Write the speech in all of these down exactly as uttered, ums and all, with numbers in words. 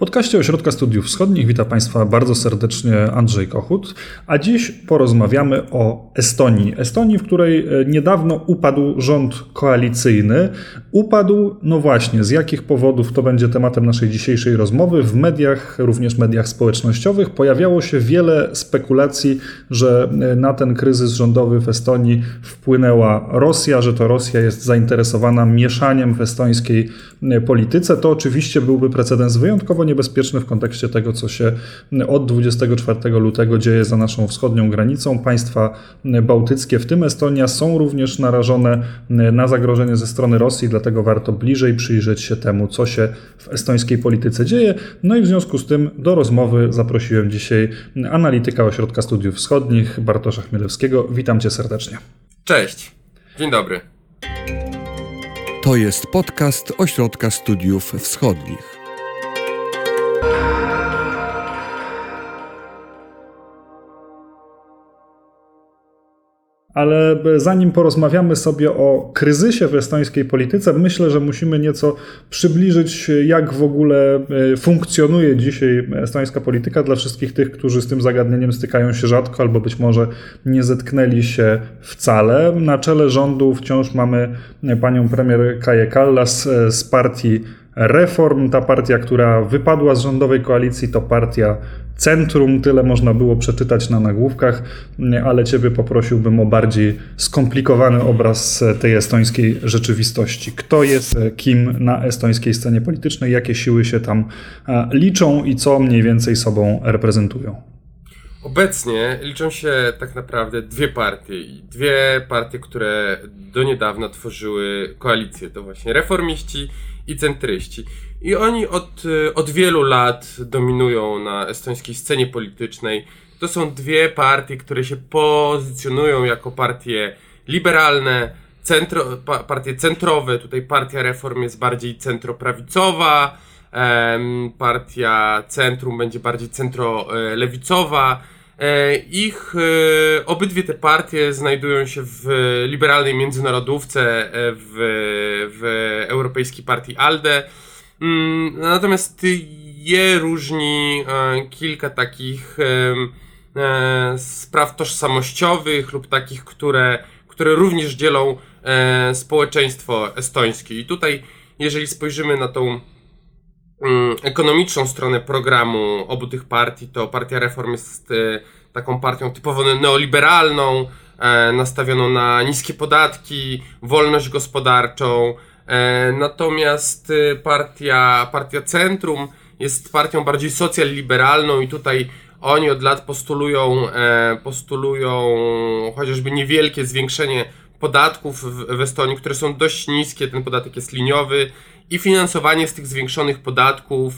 podcaście Ośrodka Studiów Wschodnich witam Państwa bardzo serdecznie Andrzej Kochut, a dziś porozmawiamy o Estonii. Estonii, w której niedawno upadł rząd koalicyjny. Upadł, no właśnie, z jakich powodów to będzie tematem naszej dzisiejszej rozmowy. W mediach, również mediach społecznościowych pojawiało się wiele spekulacji, że na ten kryzys rządowy w Estonii wpłynęła Rosja, że to Rosja jest zainteresowana mieszaniem w estońskiej polityce. To oczywiście byłby precedens wyjątkowo niebezpieczny w kontekście tego, co się od dwudziestego czwartego lutego dzieje za naszą wschodnią granicą. Państwa bałtyckie, w tym Estonia, są również narażone na zagrożenie ze strony Rosji, dlatego warto bliżej przyjrzeć się temu, co się w estońskiej polityce dzieje. No i w związku z tym do rozmowy zaprosiłem dzisiaj analityka Ośrodka Studiów Wschodnich, Bartosza Chmielewskiego. Witam Cię serdecznie. Cześć, dzień dobry. To jest podcast Ośrodka Studiów Wschodnich. Ale zanim porozmawiamy sobie o kryzysie w estońskiej polityce, myślę, że musimy nieco przybliżyć, jak w ogóle funkcjonuje dzisiaj estońska polityka dla wszystkich tych, którzy z tym zagadnieniem stykają się rzadko albo być może nie zetknęli się wcale. Na czele rządu wciąż mamy panią premier Kaję Kallas z partii Reform. Ta partia, która wypadła z rządowej koalicji, to partia Centrum, tyle można było przeczytać na nagłówkach, ale Ciebie poprosiłbym o bardziej skomplikowany obraz tej estońskiej rzeczywistości. Kto jest kim na estońskiej scenie politycznej, jakie siły się tam liczą i co mniej więcej sobą reprezentują? Obecnie liczą się tak naprawdę dwie partie. Dwie partie, które do niedawna tworzyły koalicję. To właśnie reformiści i centryści. I oni od, od wielu lat dominują na estońskiej scenie politycznej. To są dwie partie, które się pozycjonują jako partie liberalne, centro, pa, partie centrowe. Tutaj partia Reform jest bardziej centroprawicowa, em, partia Centrum będzie bardziej centrolewicowa. E, ich e, obydwie te partie znajdują się w liberalnej międzynarodówce, w, w Europejskiej Partii ALDE. Natomiast je różni e, kilka takich e, e, spraw tożsamościowych lub takich, które, które również dzielą e, społeczeństwo estońskie. I tutaj, jeżeli spojrzymy na tą mm, ekonomiczną stronę programu obu tych partii, to Partia Reform jest e, taką partią typowo neoliberalną, e, nastawioną na niskie podatki, wolność gospodarczą. E, natomiast partia, partia Centrum jest partią bardziej socjal-liberalną i tutaj oni od lat postulują, e, postulują chociażby niewielkie zwiększenie podatków w, w Estonii, które są dość niskie, ten podatek jest liniowy i finansowanie z tych zwiększonych podatków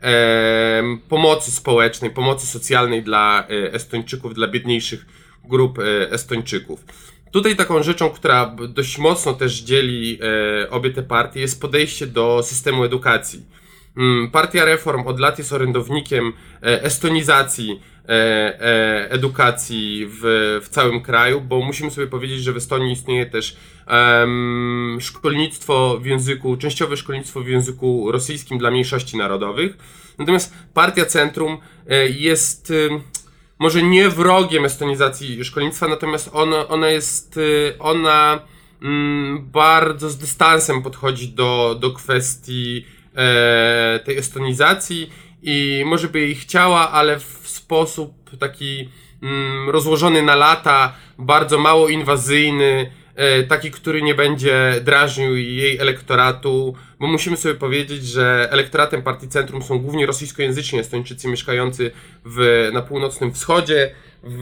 e, pomocy społecznej, pomocy socjalnej dla Estończyków, dla biedniejszych grup Estończyków. Tutaj taką rzeczą, która dość mocno też dzieli e, obie te partie, jest podejście do systemu edukacji. Mm, Partia Reform od lat jest orędownikiem e, estonizacji e, e, edukacji w, w całym kraju, bo musimy sobie powiedzieć, że w Estonii istnieje też e, szkolnictwo w języku, częściowe szkolnictwo w języku rosyjskim dla mniejszości narodowych. Natomiast Partia Centrum e, jest... E, może nie wrogiem estonizacji szkolnictwa, natomiast ona, ona jest, ona mm, bardzo z dystansem podchodzi do, do kwestii e, tej estonizacji i może by jej chciała, ale w sposób taki mm, rozłożony na lata, bardzo mało inwazyjny, e, taki, który nie będzie drażnił jej elektoratu, bo musimy sobie powiedzieć, że elektoratem Partii Centrum są głównie rosyjskojęzyczni Estończycy mieszkający w, na północnym wschodzie, w,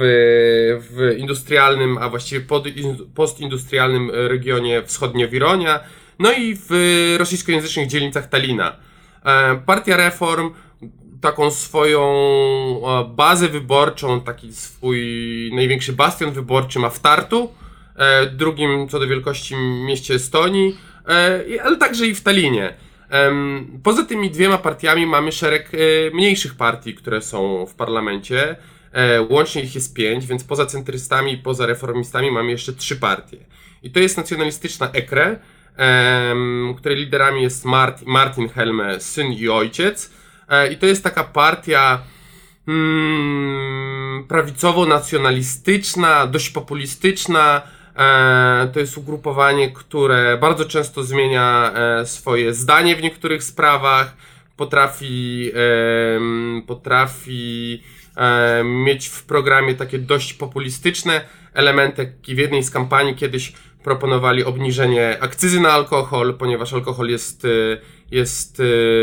w industrialnym, a właściwie pod, postindustrialnym regionie wschodnio-Wironia, no i w rosyjskojęzycznych dzielnicach Talina. E, Partia Reform taką swoją bazę wyborczą, taki swój największy bastion wyborczy ma w Tartu, e, drugim co do wielkości mieście Estonii, ale także i w Tallinie. Poza tymi dwiema partiami mamy szereg mniejszych partii, które są w parlamencie. Łącznie ich jest pięć, więc poza centrystami i poza reformistami mamy jeszcze trzy partie. I to jest nacjonalistyczna E K R E, której liderami jest Martin, Martin Helme, syn i ojciec. i to jest taka partia hmm, prawicowo-nacjonalistyczna, dość populistyczna. To jest ugrupowanie, które bardzo często zmienia swoje zdanie w niektórych sprawach, potrafi, potrafi mieć w programie takie dość populistyczne elementy. W jednej z kampanii kiedyś proponowali obniżenie akcyzy na alkohol, ponieważ alkohol jest, jest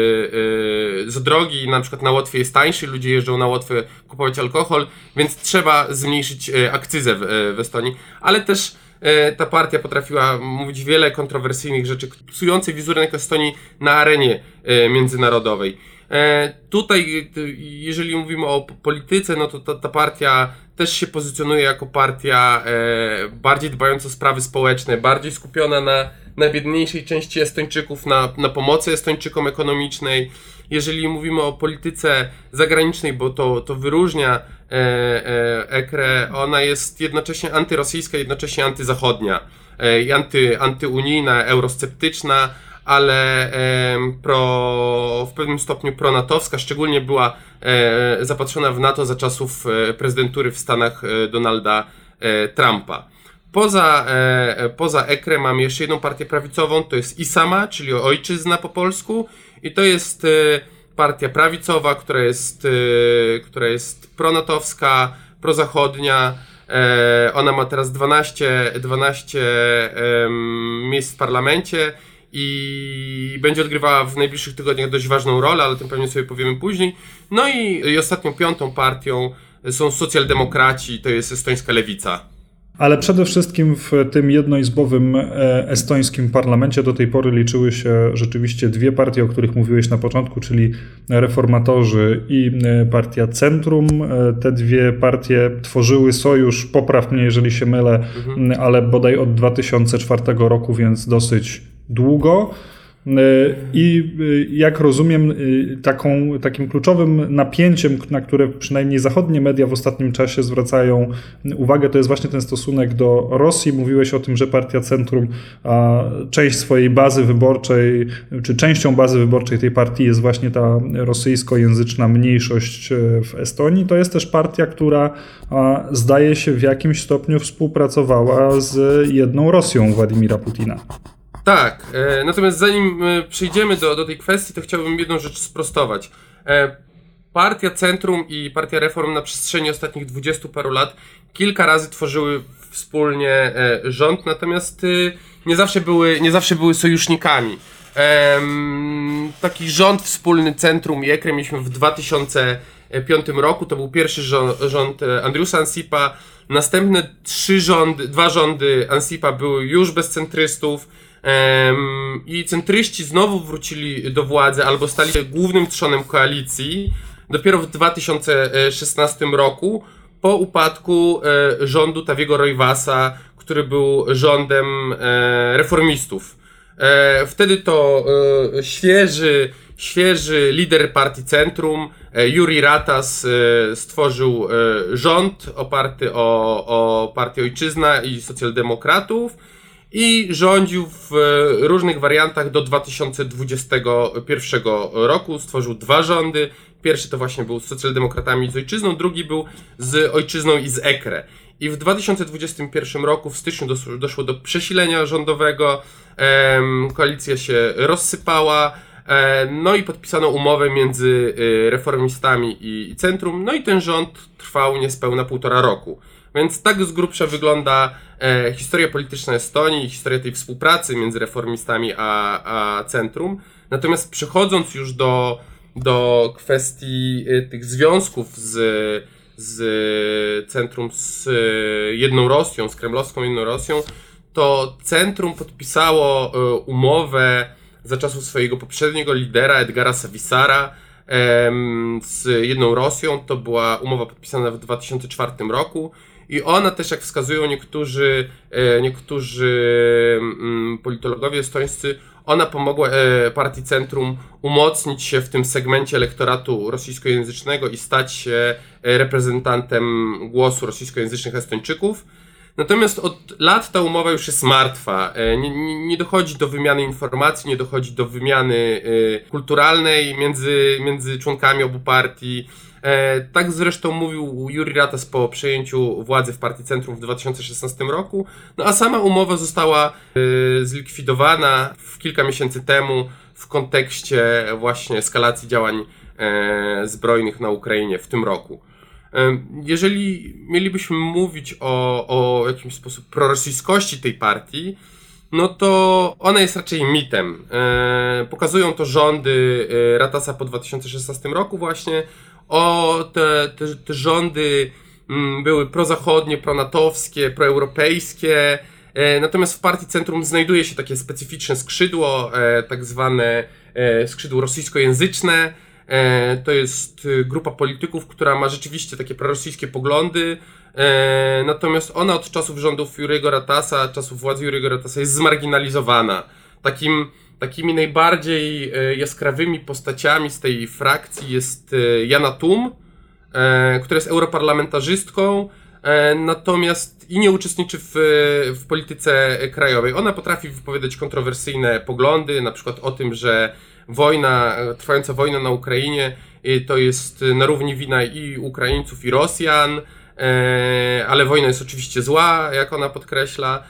za drogi i na przykład na Łotwie jest tańszy, ludzie jeżdżą na Łotwę kupować alkohol, więc trzeba zmniejszyć akcyzę w, w Estonii, ale też ta partia potrafiła mówić wiele kontrowersyjnych rzeczy, psujących wizerunek Estonii na arenie międzynarodowej. Tutaj, jeżeli mówimy o polityce, no to ta, ta partia też się pozycjonuje jako partia bardziej dbająca o sprawy społeczne, bardziej skupiona na najbiedniejszej części Estończyków, na, na pomocy Estończykom ekonomicznej. Jeżeli mówimy o polityce zagranicznej, bo to, to wyróżnia e, e, E K R E, ona jest jednocześnie antyrosyjska, jednocześnie antyzachodnia e, i anty, antyunijna, eurosceptyczna, ale e, pro, w pewnym stopniu pronatowska, szczególnie była e, zapatrzona w NATO za czasów e, prezydentury w Stanach e, Donalda e, Trumpa. Poza, e, poza E K R E mamy jeszcze jedną partię prawicową, to jest ISAMA, czyli Ojczyzna po polsku, i to jest e, partia prawicowa, która jest, e, która jest pronatowska, prozachodnia. E, ona ma teraz dwanaście, dwanaście e, miejsc w parlamencie i będzie odgrywała w najbliższych tygodniach dość ważną rolę, ale o tym pewnie sobie powiemy później. No i, i ostatnią, piątą partią są socjaldemokraci, to jest estońska lewica. Ale przede wszystkim w tym jednoizbowym estońskim parlamencie do tej pory liczyły się rzeczywiście dwie partie, o których mówiłeś na początku, czyli Reformatorzy i partia Centrum. Te dwie partie tworzyły sojusz, popraw mnie jeżeli się mylę, mhm. ale bodaj od dwa tysiące czwartego roku, więc dosyć długo. I jak rozumiem, taką, takim kluczowym napięciem, na które przynajmniej zachodnie media w ostatnim czasie zwracają uwagę, to jest właśnie ten stosunek do Rosji. Mówiłeś o tym, że partia Centrum, a część swojej bazy wyborczej, czy częścią bazy wyborczej tej partii jest właśnie ta rosyjskojęzyczna mniejszość w Estonii. To jest też partia, która zdaje się w jakimś stopniu współpracowała z jedną Rosją Władimira Putina. Tak, e, natomiast zanim e, przejdziemy do, do tej kwestii, to chciałbym jedną rzecz sprostować. E, partia Centrum i Partia Reform na przestrzeni ostatnich dwudziestu paru lat kilka razy tworzyły wspólnie e, rząd, natomiast e, nie zawsze były, nie zawsze były sojusznikami. E, taki rząd wspólny Centrum i E K R E mieliśmy w dwa tysiące piątym roku, to był pierwszy rząd, rząd Andriusa Ansipa. Następne trzy rządy, dwa rządy Ansipa były już bez centrystów. Um, I centryści znowu wrócili do władzy albo stali się głównym trzonem koalicji dopiero w dwa tysiące szesnastym roku po upadku e, rządu Tawiego Roivasa, który był rządem e, reformistów. E, wtedy to e, świeży, świeży lider partii Centrum, e, Juri Ratas, e, stworzył e, rząd oparty o, o partię Ojczyzna i socjaldemokratów i rządził w różnych wariantach do dwa tysiące dwudziestego pierwszego roku. Stworzył dwa rządy. Pierwszy to właśnie był z socjaldemokratami i z Ojczyzną, drugi był z Ojczyzną i z E K R E. I w dwa tysiące dwudziestym pierwszym roku w styczniu doszło, doszło do przesilenia rządowego, em, koalicja się rozsypała, e, no i podpisano umowę między e, reformistami i, i Centrum, no i ten rząd trwał niespełna półtora roku. Więc tak z grubsza wygląda e, historia polityczna Estonii, historia tej współpracy między reformistami a, a Centrum. Natomiast przechodząc już do, do kwestii e, tych związków z, z Centrum, z e, jedną Rosją, z kremlowską jedną Rosją, to Centrum podpisało e, umowę za czasów swojego poprzedniego lidera Edgara Savisaara e, z jedną Rosją. To była umowa podpisana w dwa tysiące czwartym roku. I ona też, jak wskazują niektórzy, niektórzy politologowie estońscy, ona pomogła partii Centrum umocnić się w tym segmencie elektoratu rosyjskojęzycznego i stać się reprezentantem głosu rosyjskojęzycznych Estończyków. Natomiast od lat ta umowa już jest martwa. Nie, nie, nie dochodzi do wymiany informacji, nie dochodzi do wymiany kulturalnej między, między członkami obu partii. Tak zresztą mówił Juri Ratas po przejęciu władzy w Partii Centrum w dwa tysiące szesnastym roku. No a sama umowa została zlikwidowana w kilka miesięcy temu w kontekście właśnie eskalacji działań zbrojnych na Ukrainie w tym roku. Jeżeli mielibyśmy mówić o, o jakimś sposób prorosyjskości tej partii, no to ona jest raczej mitem. Pokazują to rządy Ratasa po dwa tysiące szesnastym roku właśnie. O, te, te, te rządy były prozachodnie, pronatowskie, proeuropejskie. Natomiast w Partii Centrum znajduje się takie specyficzne skrzydło, tak zwane skrzydło rosyjskojęzyczne. To jest grupa polityków, która ma rzeczywiście takie prorosyjskie poglądy, natomiast ona od czasów rządów Juriego Ratasa, czasów władzy Juriego Ratasa jest zmarginalizowana. Takim, takimi najbardziej jaskrawymi postaciami z tej frakcji jest Jana Tum, która jest europarlamentarzystką, natomiast i nie uczestniczy w, w polityce krajowej. Ona potrafi wypowiadać kontrowersyjne poglądy, na przykład o tym, że wojna, trwająca wojna na Ukrainie to jest na równi wina i Ukraińców, i Rosjan, ale wojna jest oczywiście zła, jak ona podkreśla.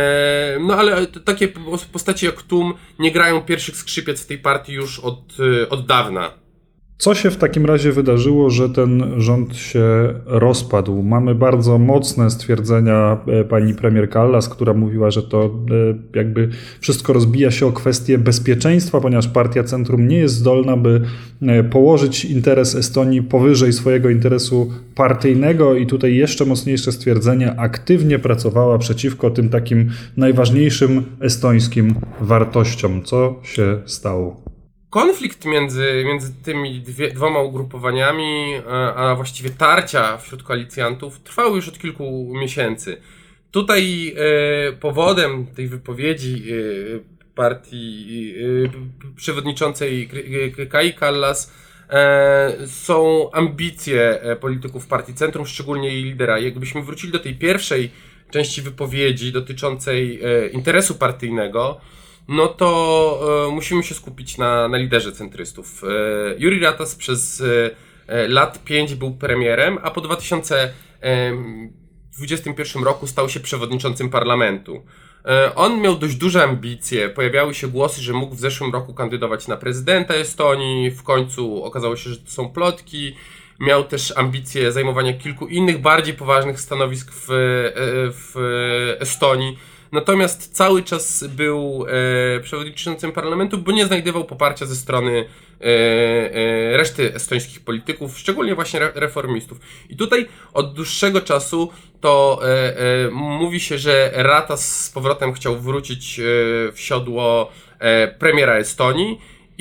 No ale takie postacie jak Tum nie grają pierwszych skrzypiec w tej partii już od, od dawna. Co się w takim razie wydarzyło, że ten rząd się rozpadł? Mamy bardzo mocne stwierdzenia pani premier Kallas, która mówiła, że to jakby wszystko rozbija się o kwestię bezpieczeństwa, ponieważ Partia Centrum nie jest zdolna, by położyć interes Estonii powyżej swojego interesu partyjnego i tutaj jeszcze mocniejsze stwierdzenie, aktywnie pracowała przeciwko tym takim najważniejszym estońskim wartościom. Co się stało? Konflikt między, między tymi dwie, dwoma ugrupowaniami, a właściwie tarcia wśród koalicjantów trwał już od kilku miesięcy. Tutaj e, powodem tej wypowiedzi e, partii e, przewodniczącej Kai Kallas e, są ambicje polityków Partii Centrum, szczególnie jej lidera. Jakbyśmy wrócili do tej pierwszej części wypowiedzi dotyczącej e, interesu partyjnego, no to e, musimy się skupić na, na liderze centrystów. E, Juri Ratas przez e, lat pięć był premierem, a po dwa tysiące dwudziestym pierwszym roku stał się przewodniczącym parlamentu. E, on miał dość duże ambicje, pojawiały się głosy, że mógł w zeszłym roku kandydować na prezydenta Estonii, w końcu okazało się, że to są plotki. Miał też ambicje zajmowania kilku innych, bardziej poważnych stanowisk w, w Estonii. Natomiast cały czas był e, przewodniczącym parlamentu, bo nie znajdował poparcia ze strony e, e, reszty estońskich polityków, szczególnie właśnie re, reformistów. I tutaj od dłuższego czasu to e, e, mówi się, że Ratas z powrotem chciał wrócić e, w siodło e, premiera Estonii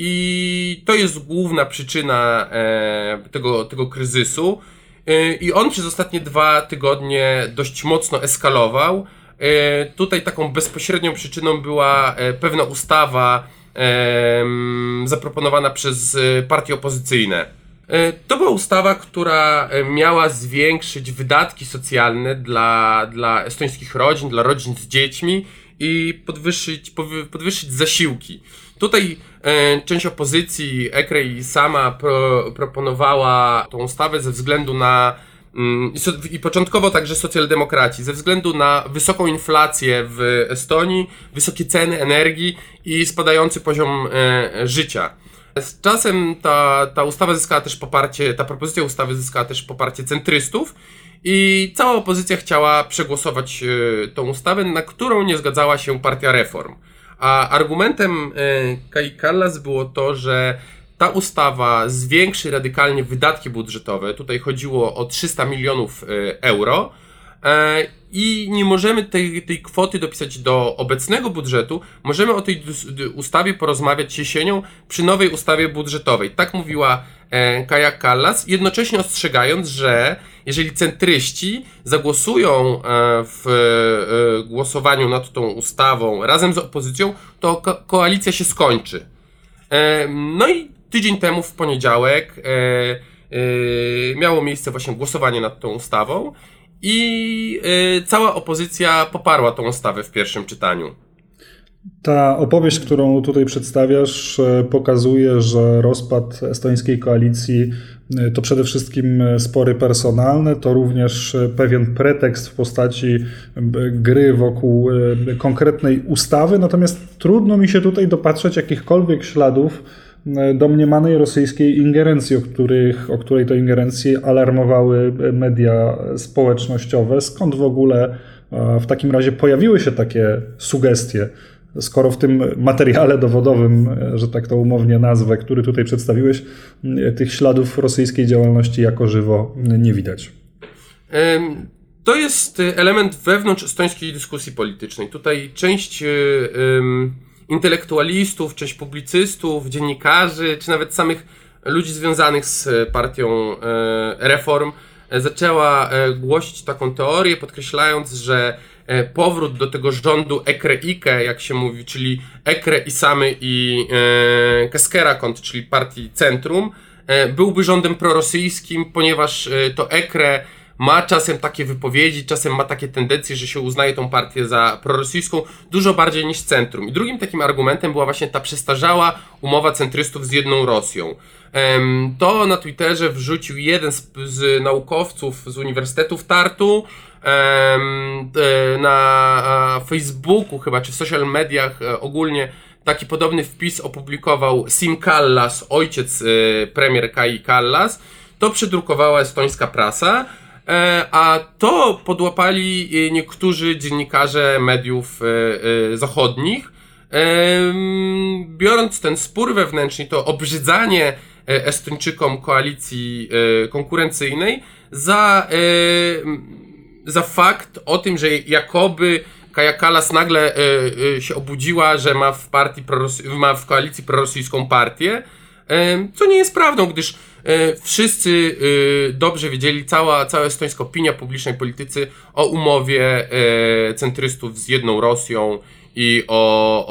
i to jest główna przyczyna e, tego, tego kryzysu. E, I on przez ostatnie dwa tygodnie dość mocno eskalował. Tutaj taką bezpośrednią przyczyną była pewna ustawa zaproponowana przez partie opozycyjne. To była ustawa, która miała zwiększyć wydatki socjalne dla, dla estońskich rodzin, dla rodzin z dziećmi i podwyższyć, podwyższyć zasiłki. Tutaj część opozycji, E K R E i sama pro, proponowała tą ustawę ze względu na I początkowo także socjaldemokraci, ze względu na wysoką inflację w Estonii, wysokie ceny energii i spadający poziom e, życia. Z czasem ta, ta ustawa zyskała też poparcie, ta propozycja ustawy zyskała też poparcie centrystów i cała opozycja chciała przegłosować e, tą ustawę, na którą nie zgadzała się Partia Reform. A argumentem e, Kai Kallas było to, że ta ustawa zwiększy radykalnie wydatki budżetowe, tutaj chodziło o trzysta milionów euro i nie możemy tej, tej kwoty dopisać do obecnego budżetu, możemy o tej ustawie porozmawiać jesienią przy nowej ustawie budżetowej. Tak mówiła Kaja Kallas, jednocześnie ostrzegając, że jeżeli centryści zagłosują w głosowaniu nad tą ustawą razem z opozycją, to ko- koalicja się skończy. No i tydzień temu w poniedziałek e, e, miało miejsce właśnie głosowanie nad tą ustawą i y, cała opozycja poparła tą ustawę w pierwszym czytaniu. Ta opowieść, którą tutaj przedstawiasz, pokazuje, że rozpad estońskiej koalicji to przede wszystkim spory personalne, to również pewien pretekst w postaci gry wokół konkretnej ustawy, natomiast trudno mi się tutaj dopatrzeć jakichkolwiek śladów domniemanej rosyjskiej ingerencji, o, których, o której to ingerencji alarmowały media społecznościowe. Skąd w ogóle w takim razie pojawiły się takie sugestie? Skoro w tym materiale dowodowym, że tak to umownie nazwę, który tutaj przedstawiłeś, tych śladów rosyjskiej działalności jako żywo nie widać. To jest element wewnątrz estońskiej dyskusji politycznej. Tutaj część um, intelektualistów, część publicystów, dziennikarzy, czy nawet samych ludzi związanych z partią um, Reform zaczęła głosić taką teorię, podkreślając, że powrót do tego rządu Ekre-Ike, jak się mówi, czyli Ekre i Samy i e, Keskerakont, czyli partii Centrum, e, byłby rządem prorosyjskim, ponieważ e, to Ekre ma czasem takie wypowiedzi, czasem ma takie tendencje, że się uznaje tą partię za prorosyjską dużo bardziej niż Centrum. I drugim takim argumentem była właśnie ta przestarzała umowa centrystów z jedną Rosją. E, to na Twitterze wrzucił jeden z, z naukowców z Uniwersytetu w Tartu, na Facebooku chyba, czy w social mediach ogólnie taki podobny wpis opublikował Siim Kallas, ojciec premier Kaji Kallas. To przedrukowała estońska prasa, a to podłapali niektórzy dziennikarze mediów zachodnich, biorąc ten spór wewnętrzny, to obrzydzanie Estończykom koalicji konkurencyjnej za za fakt o tym, że jakoby Kaja Kallas nagle y, y, się obudziła, że ma w partii prorosy- ma w koalicji prorosyjską partię, y, co nie jest prawdą, gdyż y, wszyscy y, dobrze wiedzieli, cała, cała estońska opinia publiczna i politycy o umowie y, centrystów z jedną Rosją i o,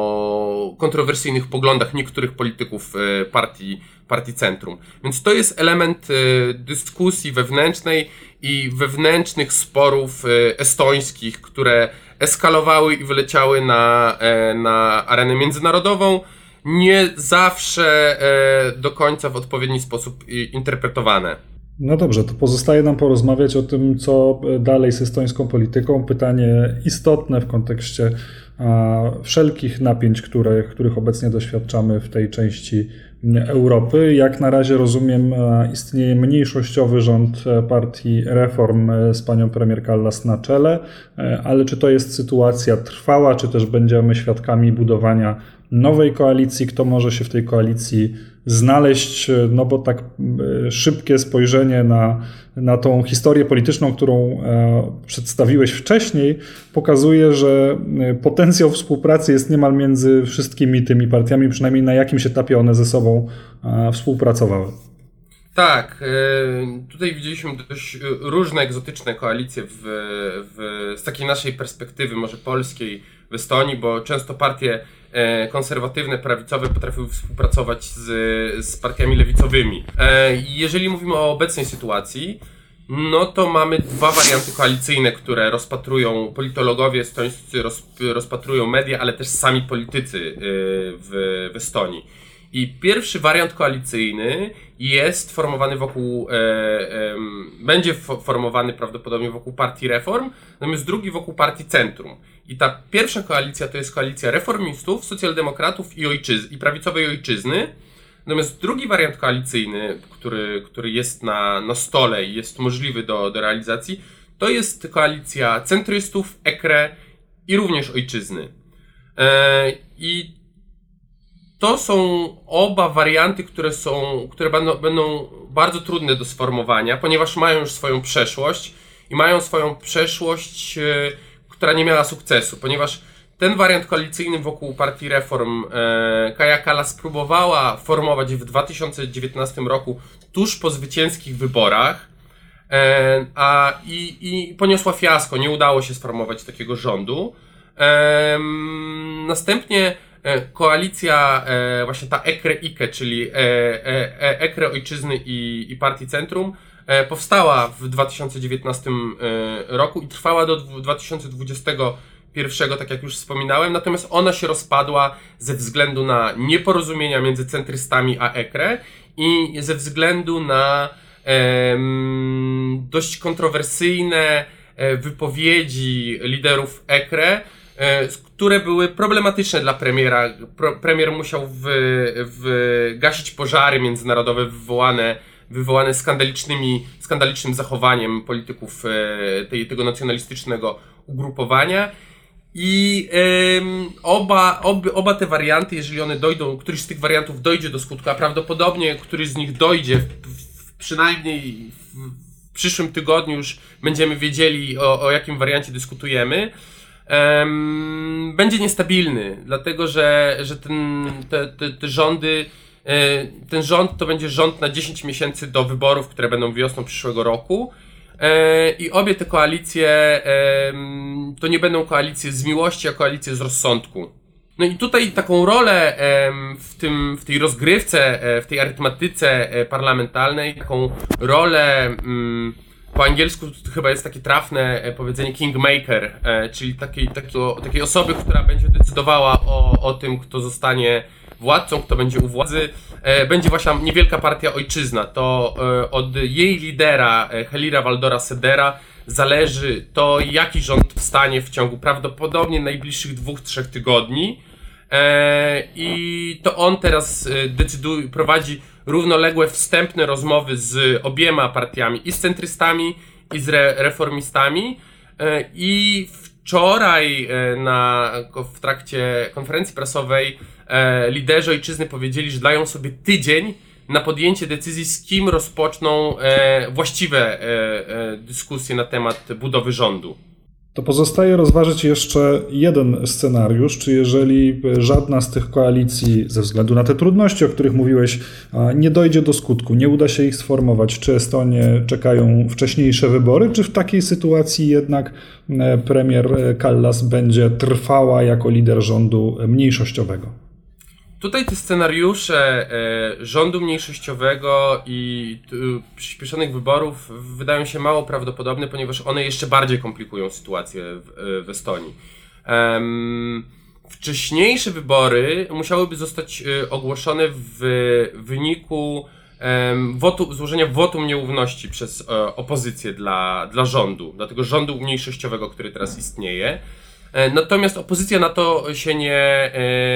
o kontrowersyjnych poglądach niektórych polityków y, partii, partii Centrum. Więc to jest element y, dyskusji wewnętrznej i wewnętrznych sporów y, estońskich, które eskalowały i wyleciały na, e, na arenę międzynarodową, nie zawsze e, do końca w odpowiedni sposób y, interpretowane. No dobrze, to pozostaje nam porozmawiać o tym, co dalej z estońską polityką. Pytanie istotne w kontekście a, wszelkich napięć, które, których obecnie doświadczamy w tej części Europy. Jak na razie rozumiem, istnieje mniejszościowy rząd partii Reform z panią premier Kallas na czele, ale czy to jest sytuacja trwała, czy też będziemy świadkami budowania nowej koalicji? Kto może się w tej koalicji znaleźć? No bo tak szybkie spojrzenie na, na tą historię polityczną, którą e, przedstawiłeś wcześniej, pokazuje, że potencjał współpracy jest niemal między wszystkimi tymi partiami, przynajmniej na jakimś etapie one ze sobą e, współpracowały. Tak, tutaj widzieliśmy dość różne egzotyczne koalicje w, w, z takiej naszej perspektywy, może polskiej, w Estonii, bo często partie konserwatywne, prawicowe potrafiły współpracować z, z partiami lewicowymi. Jeżeli mówimy o obecnej sytuacji, no to mamy dwa warianty koalicyjne, które rozpatrują politologowie estońscy, roz, rozpatrują media, ale też sami politycy w, w Estonii. I pierwszy wariant koalicyjny jest formowany wokół, e, e, będzie formowany prawdopodobnie wokół partii Reform, natomiast drugi wokół partii Centrum. I ta pierwsza koalicja to jest koalicja reformistów, socjaldemokratów i, ojczyz- i prawicowej ojczyzny. Natomiast drugi wariant koalicyjny, który, który jest na, na stole i jest możliwy do, do realizacji, to jest koalicja centrystów, Ekre i również ojczyzny. E, I to są oba warianty, które są, które będą, będą bardzo trudne do sformowania, ponieważ mają już swoją przeszłość i mają swoją przeszłość, e, która nie miała sukcesu, ponieważ ten wariant koalicyjny wokół partii Reform e, Kaja Kallas próbowała formować w dwa tysiące dziewiętnastym roku tuż po zwycięskich wyborach, e, a i, i poniosła fiasko, nie udało się sformować takiego rządu. E, następnie koalicja, właśnie ta Ekre-Ike, czyli Ekre Ojczyzny i, i Partii Centrum, powstała w dwa tysiące dziewiętnastym roku i trwała do dwa tysiące dwudziestego pierwszego, tak jak już wspominałem, natomiast ona się rozpadła ze względu na nieporozumienia między centrystami a Ekre i ze względu na em, dość kontrowersyjne wypowiedzi liderów Ekre, które były problematyczne dla premiera. Premier musiał w, w gasić pożary międzynarodowe wywołane, wywołane skandalicznymi, skandalicznym zachowaniem polityków tej, tego nacjonalistycznego ugrupowania. I ym, oba, ob, oba te warianty, jeżeli one dojdą, któryś z tych wariantów dojdzie do skutku, a prawdopodobnie któryś z nich dojdzie, w, w, przynajmniej w, w przyszłym tygodniu już będziemy wiedzieli, o, o jakim wariancie dyskutujemy, ym, będzie niestabilny, dlatego że, że ten, te, te, te rządy, yy, ten rząd to będzie rząd na dziesięć miesięcy do wyborów, które będą wiosną przyszłego roku. I obie te koalicje to nie będą koalicje z miłości, a koalicje z rozsądku. No i tutaj taką rolę w, tym, w tej rozgrywce, w tej arytmetyce parlamentarnej, taką rolę, po angielsku chyba jest takie trafne powiedzenie kingmaker, czyli takiej, takiej, takiej osoby, która będzie decydowała o, o tym, kto zostanie władcą, kto będzie u władzy, będzie właśnie niewielka partia Ojczyzna. To od jej lidera, Helira Valdora Sedera, zależy to, jaki rząd wstanie w ciągu prawdopodobnie najbliższych dwóch, trzech tygodni. I to on teraz decyduje, prowadzi równoległe wstępne rozmowy z obiema partiami, i z centrystami, i z re- reformistami. I wczoraj na, w trakcie konferencji prasowej E, liderzy Ojczyzny powiedzieli, że dają sobie tydzień na podjęcie decyzji, z kim rozpoczną e, właściwe e, e, dyskusje na temat budowy rządu. To pozostaje rozważyć jeszcze jeden scenariusz, czy jeżeli żadna z tych koalicji, ze względu na te trudności, o których mówiłeś, nie dojdzie do skutku, nie uda się ich sformować, czy Estonię czekają wcześniejsze wybory, czy w takiej sytuacji jednak premier Kallas będzie trwała jako lider rządu mniejszościowego? Tutaj te scenariusze e, rządu mniejszościowego i t, przyspieszonych wyborów wydają się mało prawdopodobne, ponieważ one jeszcze bardziej komplikują sytuację w, w Estonii. Um, wcześniejsze wybory musiałyby zostać e, ogłoszone w wyniku um, wotu, złożenia wotum nieufności przez e, opozycję dla, dla rządu, dla tego rządu mniejszościowego, który teraz istnieje. Natomiast opozycja na to się nie,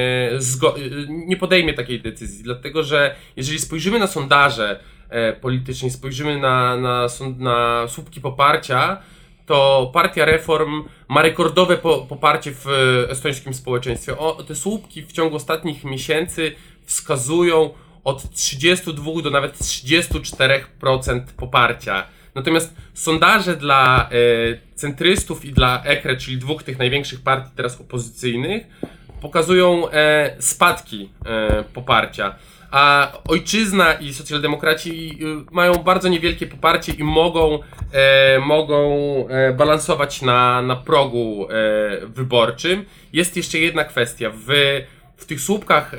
nie podejmie takiej decyzji, dlatego że jeżeli spojrzymy na sondaże polityczne, spojrzymy na, na, na słupki poparcia, to Partia Reform ma rekordowe poparcie w estońskim społeczeństwie. O, te słupki w ciągu ostatnich miesięcy wskazują od trzydziestu dwóch do nawet trzydziestu czterech procent poparcia. Natomiast sondaże dla e, centrystów i dla Ekre, czyli dwóch tych największych partii teraz opozycyjnych, pokazują e, spadki e, poparcia. A Ojczyzna i socjaldemokraci e, mają bardzo niewielkie poparcie i mogą, e, mogą e, balansować na, na progu e, wyborczym. Jest jeszcze jedna kwestia. W, w tych słupkach e,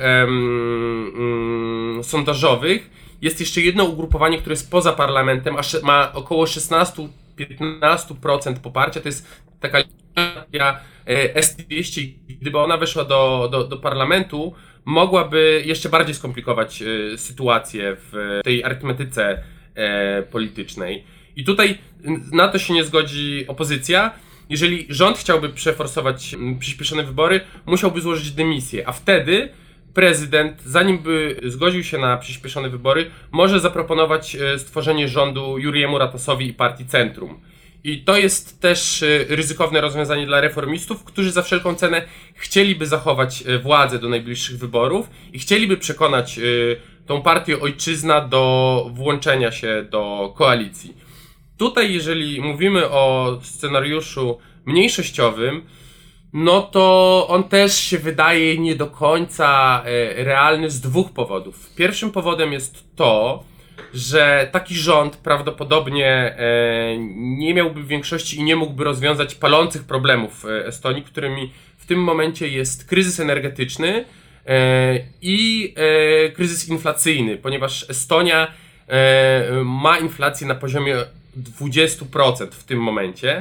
mm, sondażowych jest jeszcze jedno ugrupowanie, które jest poza parlamentem, a ma około szesnaście do piętnastu procent poparcia. To jest taka partia S dwieście. Gdyby ona weszła do, do, do parlamentu, mogłaby jeszcze bardziej skomplikować sytuację w tej arytmetyce politycznej. I tutaj na to się nie zgodzi opozycja. Jeżeli rząd chciałby przeforsować przyspieszone wybory, musiałby złożyć dymisję, a wtedy prezydent, zanim by zgodził się na przyspieszone wybory, może zaproponować stworzenie rządu Juriemu Ratasowi i Partii Centrum. I to jest też ryzykowne rozwiązanie dla reformistów, którzy za wszelką cenę chcieliby zachować władzę do najbliższych wyborów i chcieliby przekonać tą partię Ojczyzna do włączenia się do koalicji. Tutaj, jeżeli mówimy o scenariuszu mniejszościowym, no to on też się wydaje nie do końca realny z dwóch powodów. Pierwszym powodem jest to, że taki rząd prawdopodobnie nie miałby większości i nie mógłby rozwiązać palących problemów Estonii, którymi w tym momencie jest kryzys energetyczny, i kryzys inflacyjny, ponieważ Estonia ma inflację na poziomie dwadzieścia procent w tym momencie,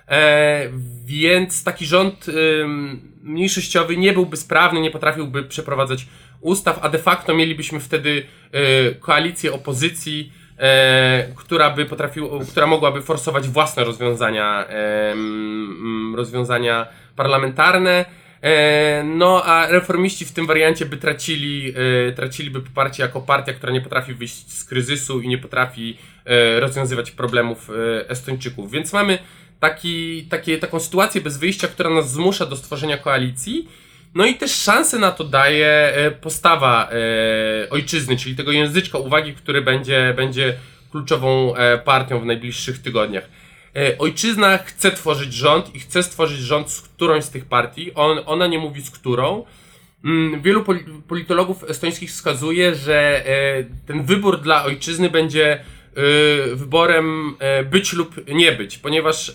więc taki rząd mniejszościowy nie byłby sprawny, nie potrafiłby przeprowadzać ustaw, a de facto mielibyśmy wtedy koalicję opozycji, która by potrafiła, która mogłaby forsować własne rozwiązania, rozwiązania parlamentarne. No a reformiści w tym wariancie by tracili, traciliby poparcie jako partia, która nie potrafi wyjść z kryzysu i nie potrafi rozwiązywać problemów Estończyków. Więc mamy taki, takie, taką sytuację bez wyjścia, która nas zmusza do stworzenia koalicji. No i też szansę na to daje postawa ojczyzny, czyli tego języczka uwagi, który będzie, będzie kluczową partią w najbliższych tygodniach. Ojczyzna chce tworzyć rząd i chce stworzyć rząd z którąś z tych partii. On, ona nie mówi z którą. Wielu politologów estońskich wskazuje, że ten wybór dla ojczyzny będzie wyborem być lub nie być, ponieważ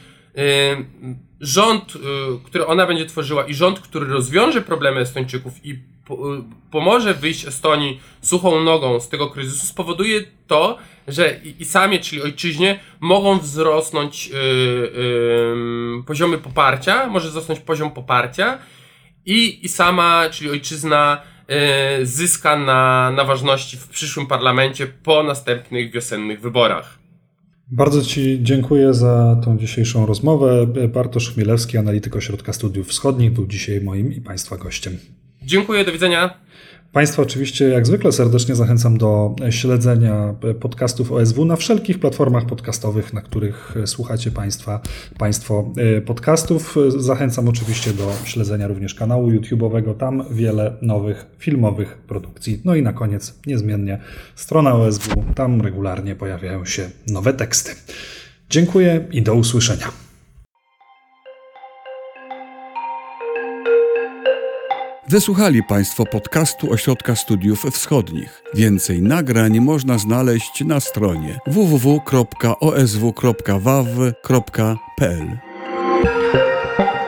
rząd, który ona będzie tworzyła i rząd, który rozwiąże problemy Estończyków i pomoże wyjść Estonii suchą nogą z tego kryzysu, spowoduje to, że i sami, czyli ojczyźnie, mogą wzrosnąć yy, yy, poziomy poparcia, może wzrosnąć poziom poparcia i, i sama, czyli ojczyzna, yy, zyska na, na ważności w przyszłym parlamencie po następnych wiosennych wyborach. Bardzo Ci dziękuję za tą dzisiejszą rozmowę. Bartosz Chmielewski, analityk Ośrodka Studiów Wschodnich, był dzisiaj moim i Państwa gościem. Dziękuję, do widzenia. Państwa oczywiście jak zwykle serdecznie zachęcam do śledzenia podcastów O S W na wszelkich platformach podcastowych, na których słuchacie Państwa, Państwo podcastów. Zachęcam oczywiście do śledzenia również kanału YouTube'owego, tam wiele nowych filmowych produkcji. No i na koniec niezmiennie strona O S W, tam regularnie pojawiają się nowe teksty. Dziękuję i do usłyszenia. Wysłuchali Państwo podcastu Ośrodka Studiów Wschodnich. Więcej nagrań można znaleźć na stronie w w w kropka o s w kropka w a w kropka p l.